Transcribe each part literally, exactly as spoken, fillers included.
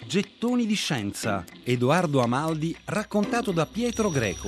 Gettoni di scienza. Edoardo Amaldi raccontato da Pietro Greco.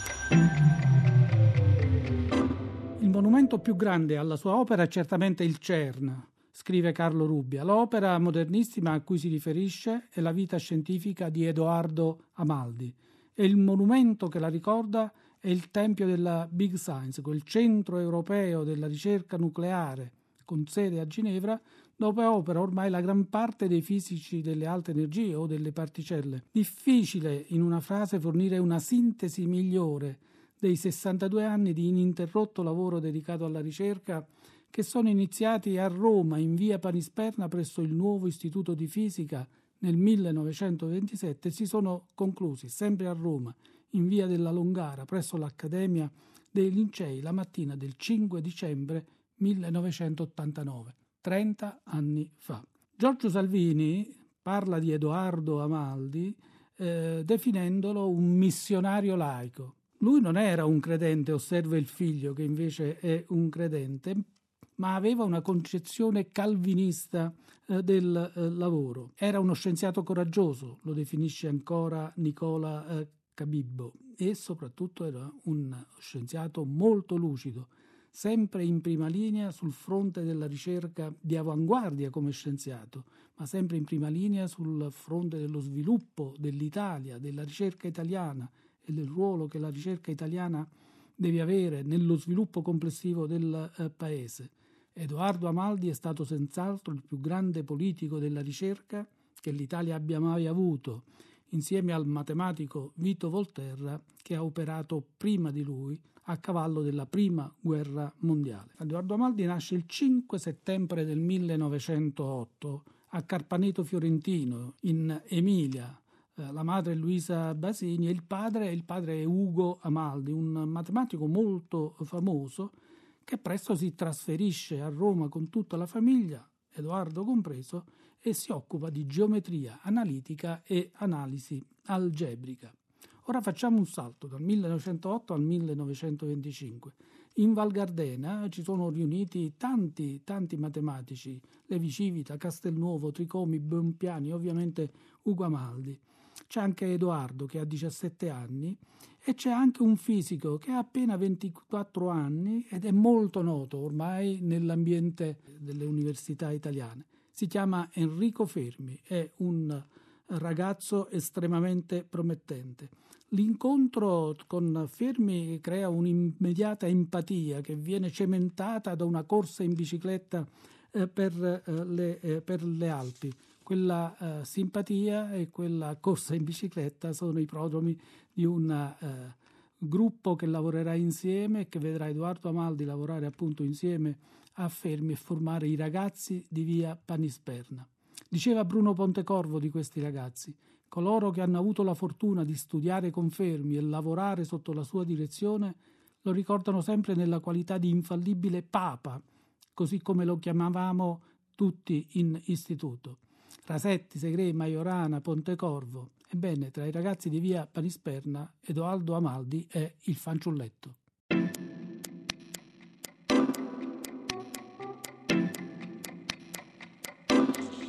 Il monumento più grande alla sua opera è certamente il CERN, scrive Carlo Rubbia. L'opera modernissima a cui si riferisce è la vita scientifica di Edoardo Amaldi e il monumento che la ricorda è il Tempio della Big Science, quel centro europeo della ricerca nucleare con sede a Ginevra, dove opera ormai la gran parte dei fisici delle alte energie o delle particelle. Difficile in una frase fornire una sintesi migliore dei sessantadue anni di ininterrotto lavoro dedicato alla ricerca che sono iniziati a Roma in via Panisperna presso il nuovo Istituto di Fisica nel millenovecentoventisette e si sono conclusi sempre a Roma in via della Longara presso l'Accademia dei Lincei la mattina del cinque dicembre millenovecentottantanove, trenta anni fa. Giorgio Salvini parla di Edoardo Amaldi eh, definendolo un missionario laico. Lui non era un credente, osserva il figlio che invece è un credente, ma aveva una concezione calvinista eh, del eh, lavoro. Era uno scienziato coraggioso, lo definisce ancora Nicola eh, Cabibbo, e soprattutto era un scienziato molto lucido, sempre in prima linea sul fronte della ricerca di avanguardia come scienziato, ma sempre in prima linea sul fronte dello sviluppo dell'Italia, della ricerca italiana e del ruolo che la ricerca italiana deve avere nello sviluppo complessivo del eh, paese. Edoardo Amaldi è stato senz'altro il più grande politico della ricerca che l'Italia abbia mai avuto, insieme al matematico Vito Volterra, che ha operato prima di lui a cavallo della prima guerra mondiale. Edoardo Amaldi nasce il cinque settembre del millenovecentootto a Carpaneto Fiorentino, in Emilia. La madre è Luisa Basini e il padre, il padre è Ugo Amaldi, un matematico molto famoso che presto si trasferisce a Roma con tutta la famiglia, Edoardo compreso, e si occupa di geometria analitica e analisi algebrica. Ora facciamo un salto dal millenovecentootto al millenovecentoventicinque. In Val Gardena ci sono riuniti tanti, tanti matematici, Levi Civita, Castelnuovo, Tricomi, Bompiani, ovviamente Ugo Amaldi. C'è anche Edoardo che ha diciassette anni e c'è anche un fisico che ha appena ventiquattro anni ed è molto noto ormai nell'ambiente delle università italiane. Si chiama Enrico Fermi, è un ragazzo estremamente promettente. L'incontro con Fermi crea un'immediata empatia che viene cementata da una corsa in bicicletta eh, per, eh, le, eh, per le Alpi. Quella eh, simpatia e quella corsa in bicicletta sono i prodromi di un eh, gruppo che lavorerà insieme e che vedrà Edoardo Amaldi lavorare appunto insieme a Fermi e formare i ragazzi di via Panisperna. Diceva Bruno Pontecorvo di questi ragazzi: coloro che hanno avuto la fortuna di studiare con Fermi e lavorare sotto la sua direzione lo ricordano sempre nella qualità di infallibile papa, così come lo chiamavamo tutti in istituto. Rasetti, Segrè, Majorana, Pontecorvo. Ebbene, tra i ragazzi di via Panisperna, Edoardo Amaldi è il fanciulletto.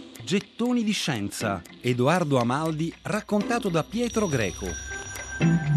Gettoni di scienza. Edoardo Amaldi raccontato da Pietro Greco.